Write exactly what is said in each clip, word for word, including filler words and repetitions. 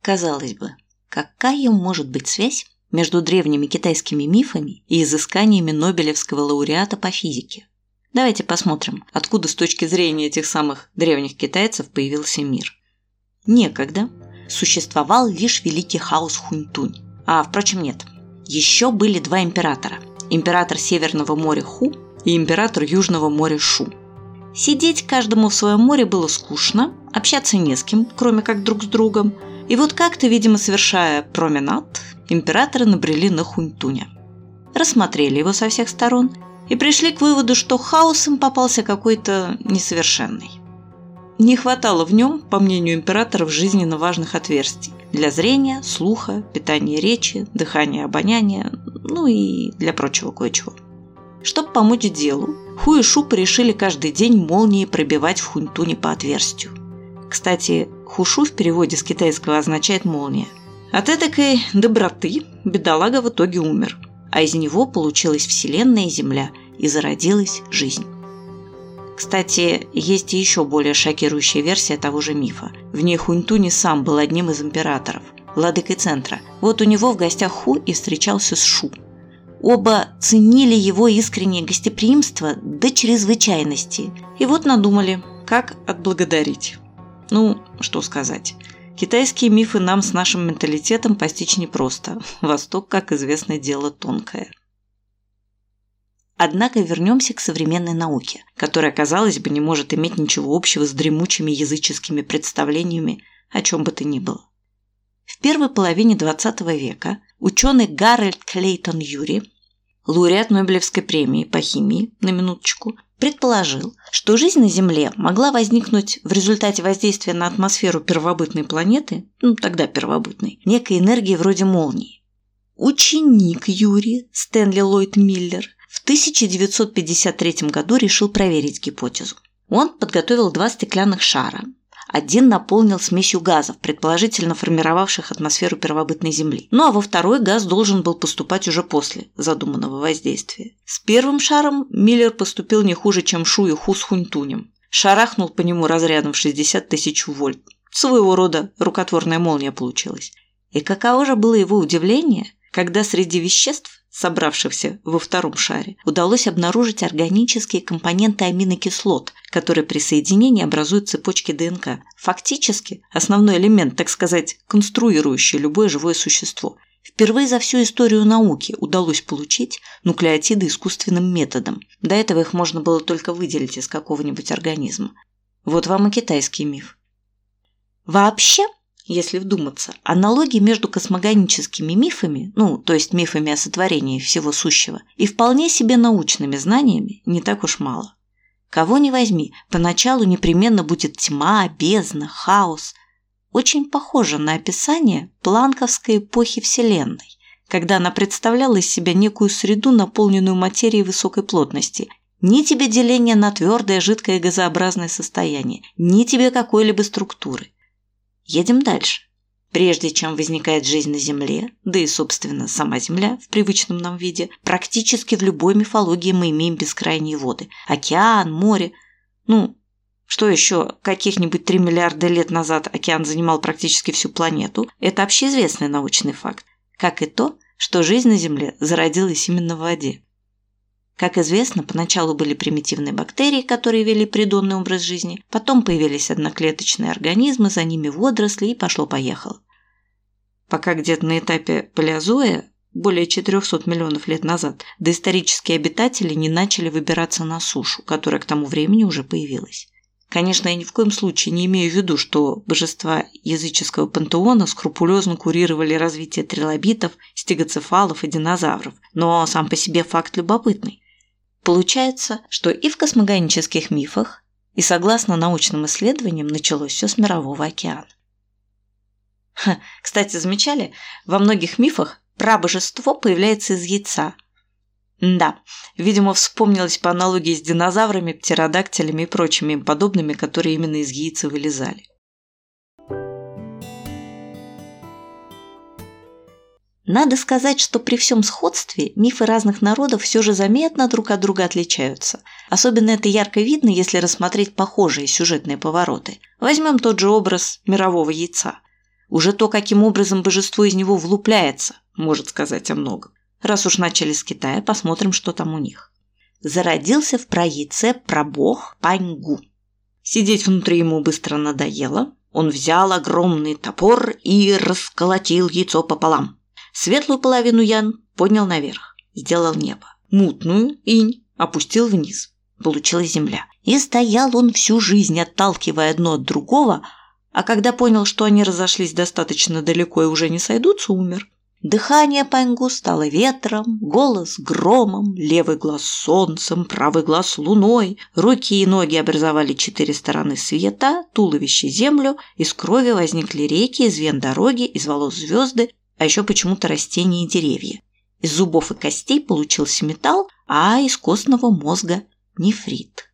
Казалось бы, какая может быть связь между древними китайскими мифами и изысканиями Нобелевского лауреата по физике? Давайте посмотрим, откуда с точки зрения этих самых древних китайцев появился мир. Некогда существовал лишь великий хаос Хунь-Тунь. А, впрочем, нет. Еще были два императора. Император Северного моря Ху и император Южного моря Шу. Сидеть каждому в своем море было скучно, общаться не с кем, кроме как друг с другом. И вот как-то, видимо, совершая променад, императоры набрели на Хунь-Туня. Рассмотрели его со всех сторон и пришли к выводу, что хаос им попался какой-то несовершенный. Не хватало в нем, по мнению императоров, жизненно важных отверстий для зрения, слуха, питания речи, дыхания, обоняния, ну и для прочего кое-чего. Чтобы помочь делу, Ху и Шу решили каждый день молнией пробивать в Хунь-Туне по отверстию. Кстати, Хушу в переводе с китайского означает «молния». От этакой доброты бедолага в итоге умер, а из него получилась Вселенная и Земля, и зародилась жизнь. Кстати, есть и еще более шокирующая версия того же мифа. В ней Хунь-Тунь сам был одним из императоров, владыкой центра. Вот у него в гостях Ху и встречался с Шу. Оба ценили его искреннее гостеприимство до чрезвычайности. И вот надумали, как отблагодарить. Ну, что сказать. Китайские мифы нам с нашим менталитетом постичь непросто. Восток, как известно, дело тонкое. Однако вернемся к современной науке, которая, казалось бы, не может иметь ничего общего с дремучими языческими представлениями о чем бы то ни было. В первой половине двадцатого века ученый Гарольд Клейтон Юри, лауреат Нобелевской премии по химии, на минуточку, предположил, что жизнь на Земле могла возникнуть в результате воздействия на атмосферу первобытной планеты, ну тогда первобытной, некой энергии вроде молнии. Ученик Юри, Стэнли Ллойд Миллер, в тысяча девятьсот пятьдесят третьем году решил проверить гипотезу. Он подготовил два стеклянных шара. Один наполнил смесью газов, предположительно формировавших атмосферу первобытной Земли. Ну а во второй газ должен был поступать уже после задуманного воздействия. С первым шаром Миллер поступил не хуже, чем Шу и Ху с Хунь-Тунем. Шарахнул по нему разрядом в шестьдесят тысяч вольт. Своего рода рукотворная молния получилась. И каково же было его удивление, когда среди веществ, собравшихся во втором шаре, удалось обнаружить органические компоненты аминокислот, которые при соединении образуют цепочки ДНК. Фактически, основной элемент, так сказать, конструирующий любое живое существо. Впервые за всю историю науки удалось получить нуклеотиды искусственным методом. До этого их можно было только выделить из какого-нибудь организма. Вот вам и китайский миф. Вообще, если вдуматься, аналогии между космогоническими мифами, ну, то есть мифами о сотворении всего сущего, и вполне себе научными знаниями не так уж мало. Кого ни возьми, поначалу непременно будет тьма, бездна, хаос. Очень похоже на описание планковской эпохи Вселенной, когда она представляла из себя некую среду, наполненную материей высокой плотности. Ни тебе деления на твердое, жидкое и газообразное состояние, ни тебе какой-либо структуры. Едем дальше. Прежде чем возникает жизнь на Земле, да и, собственно, сама Земля в привычном нам виде, практически в любой мифологии мы имеем бескрайние воды. Океан, море. Ну, что еще? Каких-нибудь три миллиарда лет назад океан занимал практически всю планету. Это общеизвестный научный факт. Как и то, что жизнь на Земле зародилась именно в воде. Как известно, поначалу были примитивные бактерии, которые вели придонный образ жизни, потом появились одноклеточные организмы, за ними водоросли и пошло-поехало. Пока где-то на этапе палеозоя, более четырехсот миллионов лет назад, доисторические обитатели не начали выбираться на сушу, которая к тому времени уже появилась. Конечно, я ни в коем случае не имею в виду, что божества языческого пантеона скрупулезно курировали развитие трилобитов, стегоцефалов и динозавров, но сам по себе факт любопытный. Получается, что и в космогонических мифах, и согласно научным исследованиям началось все с Мирового океана. Ха, кстати, замечали? Во многих мифах прабожество появляется из яйца. Да, видимо, вспомнилось по аналогии с динозаврами, птеродактилями и прочими им подобными, которые именно из яйца вылезали. Надо сказать, что при всем сходстве мифы разных народов все же заметно друг от друга отличаются. Особенно это ярко видно, если рассмотреть похожие сюжетные повороты. Возьмем тот же образ мирового яйца. Уже то, каким образом божество из него влупляется, может сказать о многом. Раз уж начали с Китая, посмотрим, что там у них. Зародился в праяйце прабог Паньгу. Сидеть внутри ему быстро надоело. Он взял огромный топор и расколотил яйцо пополам. Светлую половину Ян поднял наверх, сделал небо. Мутную инь опустил вниз. Получилась земля. И стоял он всю жизнь, отталкивая одно от другого, а когда понял, что они разошлись достаточно далеко и уже не сойдутся, умер. Дыхание Паньгу стало ветром, голос громом, левый глаз солнцем, правый глаз луной, руки и ноги образовали четыре стороны света, туловище землю, из крови возникли реки, из вен дороги, из волос звезды, а еще почему-то растения и деревья. Из зубов и костей получился металл, а из костного мозга – нефрит.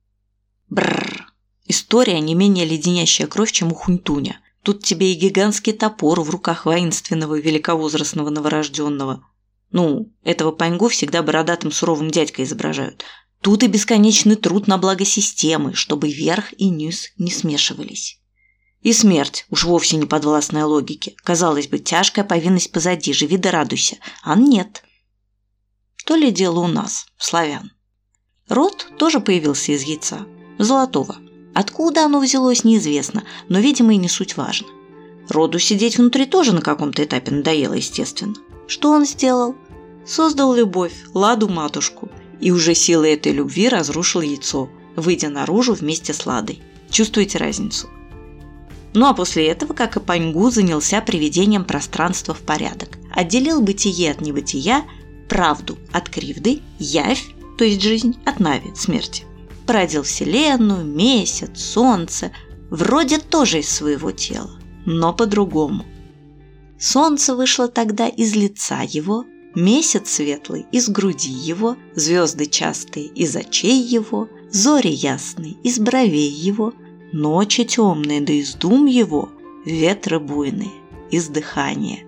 Бррр. История не менее леденящая кровь, чем у Хуньтуня. Тут тебе и гигантский топор в руках воинственного великовозрастного новорожденного. Ну, этого Паньгу всегда бородатым суровым дядькой изображают. Тут и бесконечный труд на благо системы, чтобы верх и низ не смешивались. И смерть, уж вовсе не подвластная логике. Казалось бы, тяжкая повинность позади, живи да радуйся. А нет. То ли дело у нас, славян. Род тоже появился из яйца. Золотого. Откуда оно взялось, неизвестно, но, видимо, и не суть важно. Роду сидеть внутри тоже на каком-то этапе надоело, естественно. Что он сделал? Создал любовь, Ладу матушку, и уже силой этой любви разрушил яйцо, выйдя наружу вместе с Ладой. Чувствуете разницу? Ну а после этого, как и Паньгу, занялся приведением пространства в порядок. Отделил бытие от небытия, правду от кривды, явь, то есть жизнь, от нави, смерти. Породил Вселенную, месяц, солнце, вроде тоже из своего тела, но по-другому. Солнце вышло тогда из лица его, месяц светлый из груди его, звезды частые из очей его, зори ясные из бровей его, ночи темные да из дум его, ветры буйные из дыхания.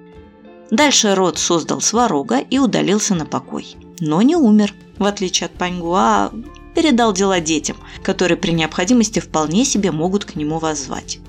Дальше род создал Сварога и удалился на покой, но не умер, в отличие от Паньгу, а передал дела детям, которые при необходимости вполне себе могут к нему воззвать.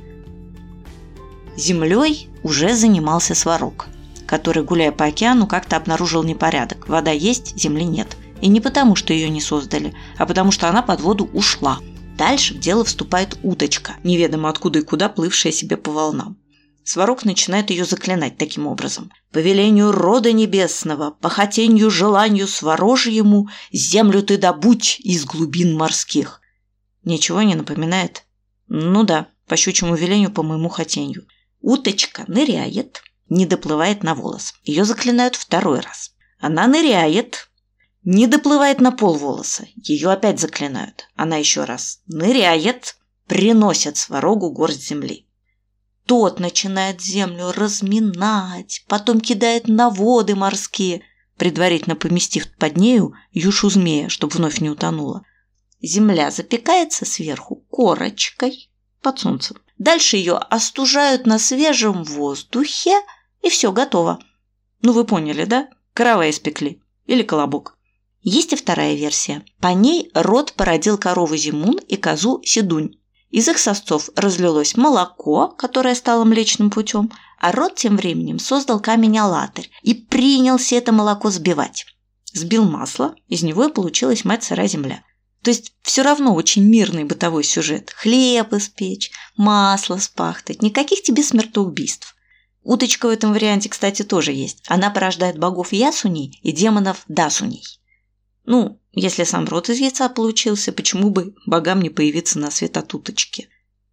Землей уже занимался Сварог, который, гуляя по океану, как-то обнаружил непорядок. Вода есть, земли нет. И не потому, что ее не создали, а потому, что она под воду ушла. Дальше в дело вступает уточка, неведомо откуда и куда плывшая себе по волнам. Сварог начинает ее заклинать таким образом. «По велению рода небесного, по хотенью желанию Сварожьему, землю ты добудь из глубин морских». Ничего не напоминает? Ну да, по щучьему велению, по моему хотению. Уточка ныряет, не доплывает на волос. Ее заклинают второй раз. Она ныряет, не доплывает на пол волоса. Ее опять заклинают. Она еще раз ныряет, приносят Сварогу горсть земли. Тот начинает землю разминать, потом кидает на воды морские, предварительно поместив под нею юшу змея, чтобы вновь не утонула. Земля запекается сверху корочкой под солнцем. Дальше ее остужают на свежем воздухе, и все готово. Ну вы поняли, да? Каравай испекли. Или колобок. Есть и вторая версия. По ней род породил корову Зимун и козу Седунь. Из их сосцов разлилось молоко, которое стало Млечным путем, а род тем временем создал камень Алатырь и принялся это молоко сбивать. Сбил масло, из него и получилась мать сырая земля. То есть все равно очень мирный бытовой сюжет. Хлеб испечь, масло спахтать, никаких тебе смертоубийств. Уточка в этом варианте, кстати, тоже есть. Она порождает богов Ясуней и демонов Дасуней. Ну, если сам род из яйца получился, почему бы богам не появиться на свет от уточки?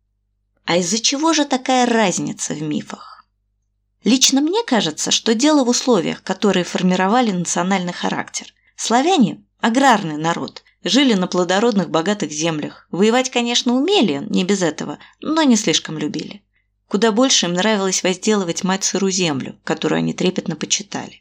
А из-за чего же такая разница в мифах? Лично мне кажется, что дело в условиях, которые формировали национальный характер. Славяне – аграрный народ, жили на плодородных богатых землях. Воевать, конечно, умели, не без этого, но не слишком любили. Куда больше им нравилось возделывать мать сырую землю, которую они трепетно почитали.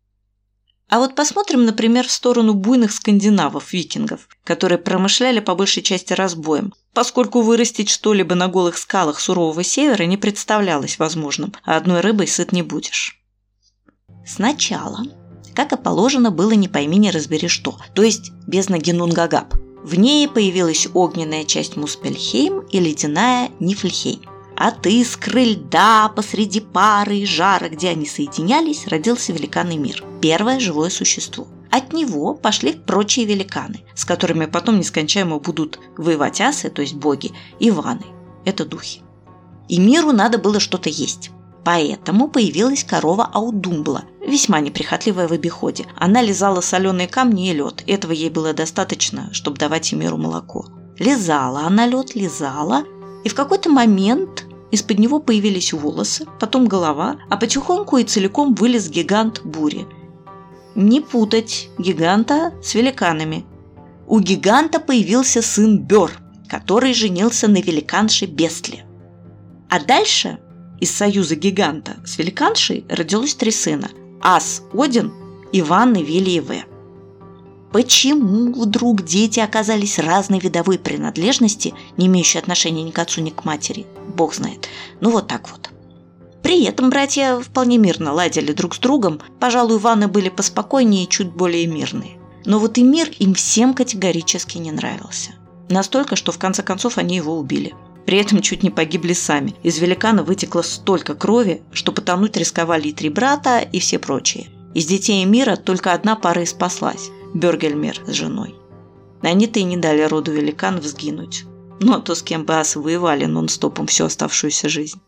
А вот посмотрим, например, в сторону буйных скандинавов-викингов, которые промышляли по большей части разбоем, поскольку вырастить что-либо на голых скалах сурового севера не представлялось возможным, а одной рыбой сыт не будешь. Сначала, как и положено, было не пойми не разбери что, то есть бездна Генунгагап. В ней появилась огненная часть Муспельхейм и ледяная Нифльхейм. От искры льда посреди пары и жара, где они соединялись, родился великан Эмир, первое живое существо. От него пошли прочие великаны, с которыми потом нескончаемо будут воевать асы, то есть боги, и ваны – это духи. Эмиру надо было что-то есть. Поэтому появилась корова Аудумбла, весьма неприхотливая в обиходе. Она лизала соленые камни и лед. Этого ей было достаточно, чтобы давать Эмиру молоко. Лизала она лед, лизала, и в какой-то момент из-под него появились волосы, потом голова, а потихоньку и целиком вылез гигант Бури. Не путать гиганта с великанами. У гиганта появился сын Бёр, который женился на великанше Бестле. А дальше из союза гиганта с великаншей родилось три сына – Ас, Один и Ван и Вили и Ве. Почему вдруг дети оказались разной видовой принадлежности, не имеющей отношения ни к отцу, ни к матери? Бог знает. Ну вот так вот. При этом братья вполне мирно ладили друг с другом, пожалуй, Ваны были поспокойнее и чуть более мирные. Но вот и мир им всем категорически не нравился. Настолько, что в конце концов они его убили. При этом чуть не погибли сами. Из великана вытекло столько крови, что потонуть рисковали и три брата, и все прочие. Из детей Эмира только одна пара и спаслась – Бёргельмир с женой. Они-то и не дали роду великанов сгинуть. Ну а то с кем бы асы воевали нон-стопом всю оставшуюся жизнь.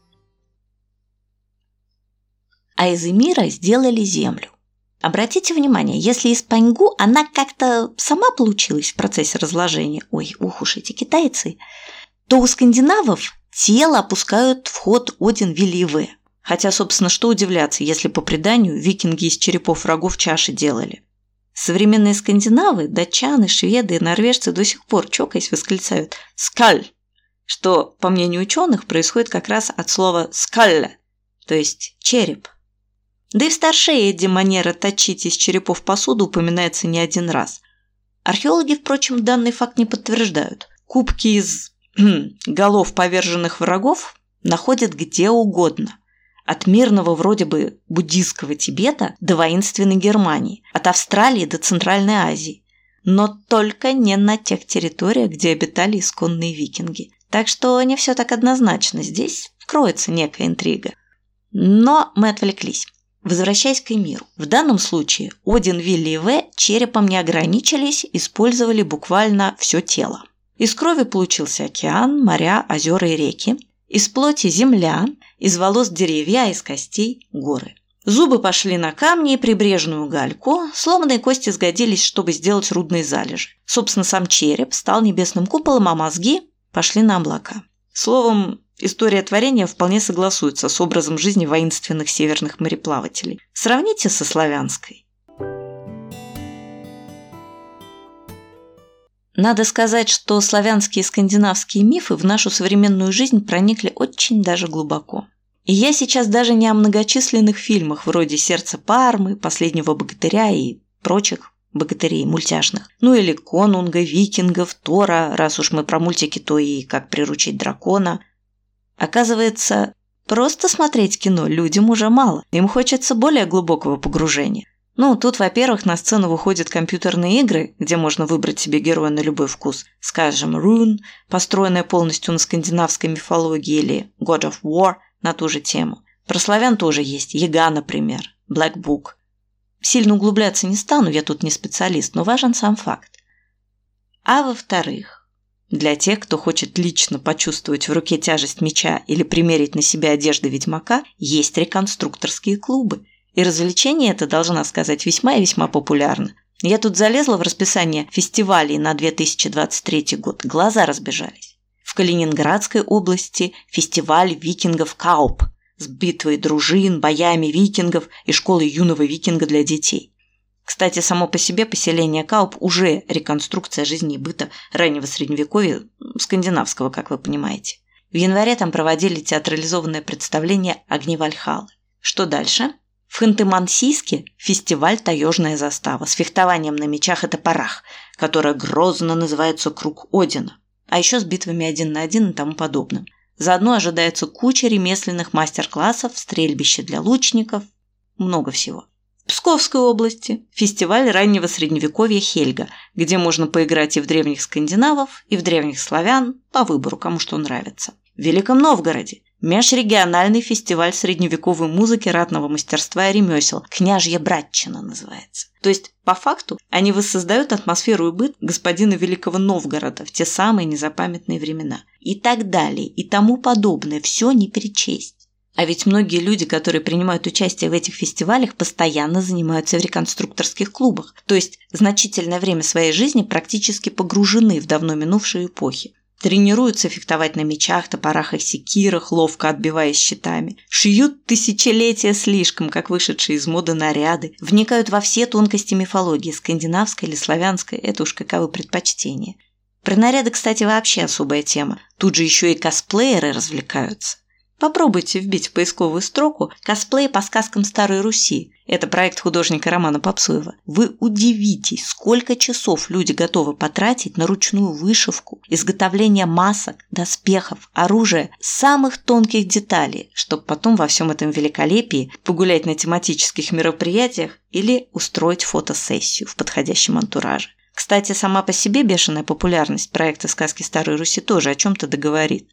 А из Эмира сделали землю. Обратите внимание, если из Паньгу она как-то сама получилась в процессе разложения, ой, ух уж эти китайцы, то у скандинавов тело опускают в ход Один, Вили и Ве. Хотя, собственно, что удивляться, если по преданию викинги из черепов врагов чаши делали. Современные скандинавы, датчаны, шведы и норвежцы до сих пор, чокаясь, восклицают «скаль», что, по мнению ученых, происходит как раз от слова «скалля», то есть «череп». Да и в старшей Эдде манера точить из черепов посуду упоминается не один раз. Археологи, впрочем, данный факт не подтверждают. Кубки из голов поверженных врагов находят где угодно. От мирного вроде бы буддийского Тибета до воинственной Германии, от Австралии до Центральной Азии. Но только не на тех территориях, где обитали исконные викинги. Так что не все так однозначно, здесь кроется некая интрига. Но мы отвлеклись. Возвращаясь к Эмиру. В данном случае Один, Вили и Ве черепом не ограничились, использовали буквально все тело. Из крови получился океан, моря, озера и реки. Из плоти – земля, из волос – деревья, а из костей – горы. Зубы пошли на камни и прибрежную гальку, сломанные кости сгодились, чтобы сделать рудные залежи. Собственно, сам череп стал небесным куполом, а мозги пошли на облака. Словом, история творения вполне согласуется с образом жизни воинственных северных мореплавателей. Сравните со славянской. Надо сказать, что славянские и скандинавские мифы в нашу современную жизнь проникли очень даже глубоко. И я сейчас даже не о многочисленных фильмах вроде «Сердце Пармы», «Последнего богатыря» и прочих богатырей мультяшных. Ну или «Конунга», «Викингов», «Тора», раз уж мы про мультики, то и «Как приручить дракона». Оказывается, просто смотреть кино людям уже мало. Им хочется более глубокого погружения. Ну, тут, во-первых, на сцену выходят компьютерные игры, где можно выбрать себе героя на любой вкус. Скажем, Rune, построенная полностью на скандинавской мифологии, или God of War на ту же тему. Про славян тоже есть. Яга, например. Black Book. Сильно углубляться не стану, я тут не специалист, но важен сам факт. А во-вторых, для тех, кто хочет лично почувствовать в руке тяжесть меча или примерить на себя одежды ведьмака, есть реконструкторские клубы. И развлечение это, должна сказать, весьма и весьма популярно. Я тут залезла в расписание фестивалей на две тысячи двадцать третий год. Глаза разбежались. В Калининградской области фестиваль викингов Кауп с битвой дружин, боями викингов и школой юного викинга для детей. Кстати, само по себе поселение Кауп уже реконструкция жизни и быта раннего средневековья, скандинавского, как вы понимаете. В январе там проводили театрализованное представление «Огни Вальхаллы». Что дальше? В Ханты-Мансийске фестиваль «Таежная застава» с фехтованием на мечах и топорах, которое грозно называется «Круг Одина», а еще с битвами один на один и тому подобным. Заодно ожидается куча ремесленных мастер-классов, стрельбище для лучников, много всего. В Псковской области фестиваль раннего средневековья «Хельга», где можно поиграть и в древних скандинавов, и в древних славян, по выбору, кому что нравится. В Великом Новгороде Межрегиональный фестиваль средневековой музыки, ратного мастерства и ремесел. Княжья Братчина называется. То есть, по факту, они воссоздают атмосферу и быт господина Великого Новгорода в те самые незапамятные времена. И так далее, и тому подобное. Все не перечесть. А ведь многие люди, которые принимают участие в этих фестивалях, постоянно занимаются в реконструкторских клубах. То есть, значительное время своей жизни практически погружены в давно минувшие эпохи. Тренируются фехтовать на мечах, топорах и секирах, ловко отбиваясь щитами. Шьют тысячелетия слишком, как вышедшие из моды наряды. Вникают во все тонкости мифологии, скандинавской или славянской, это уж каковы предпочтения. Про наряды, кстати, вообще особая тема. Тут же еще и косплееры развлекаются. Попробуйте вбить в поисковую строку «Косплей по сказкам Старой Руси». Это проект художника Романа Попсуева. Вы удивитесь, сколько часов люди готовы потратить на ручную вышивку, изготовление масок, доспехов, оружия, самых тонких деталей, чтобы потом во всем этом великолепии погулять на тематических мероприятиях или устроить фотосессию в подходящем антураже. Кстати, сама по себе бешеная популярность проекта «Сказки Старой Руси» тоже о чем-то договорит.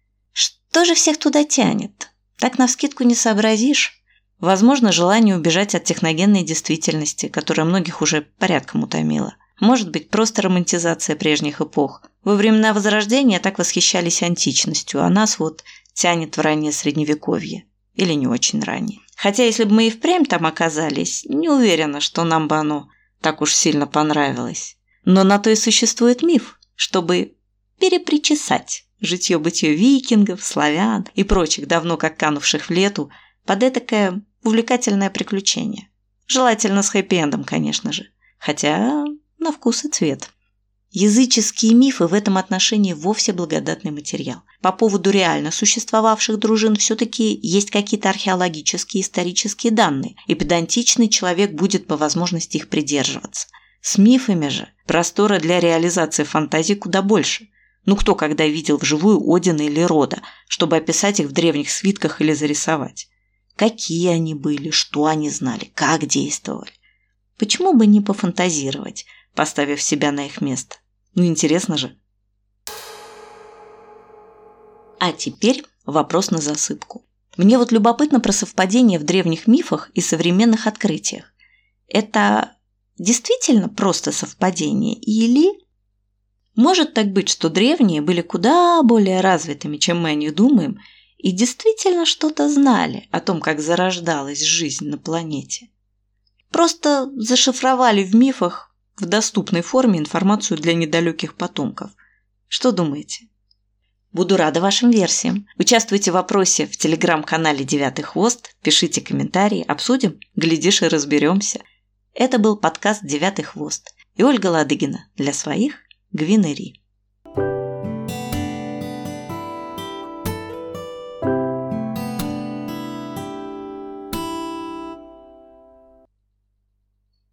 Что же всех туда тянет? Так навскидку не сообразишь. Возможно, желание убежать от техногенной действительности, которая многих уже порядком утомила. Может быть, просто романтизация прежних эпох. Во времена Возрождения так восхищались античностью, а нас вот тянет в раннее Средневековье. Или не очень раннее. Хотя, если бы мы и впрямь там оказались, не уверена, что нам бы оно так уж сильно понравилось. Но на то и существует миф, чтобы перепричесать житье-бытие викингов, славян и прочих, давно как канувших в лету, под этакое увлекательное приключение. Желательно с хэппи-эндом, конечно же. Хотя на вкус и цвет. Языческие мифы в этом отношении вовсе благодатный материал. По поводу реально существовавших дружин все-таки есть какие-то археологические и исторические данные, и педантичный человек будет по возможности их придерживаться. С мифами же простора для реализации фантазии куда больше. Ну кто когда видел вживую Одина или Рода, чтобы описать их в древних свитках или зарисовать? Какие они были, что они знали, как действовали? Почему бы не пофантазировать, поставив себя на их место? Ну интересно же. А теперь вопрос на засыпку. Мне вот любопытно про совпадение в древних мифах и современных открытиях. Это действительно просто совпадение или... Может так быть, что древние были куда более развитыми, чем мы о них думаем, и действительно что-то знали о том, как зарождалась жизнь на планете. Просто зашифровали в мифах в доступной форме информацию для недалеких потомков. Что думаете? Буду рада вашим версиям. Участвуйте в опросе в телеграм-канале «Девятый хвост», пишите комментарии, обсудим, глядишь и разберемся. Это был подкаст «Девятый хвост» и Ольга Ладыгина для своих Гвинери.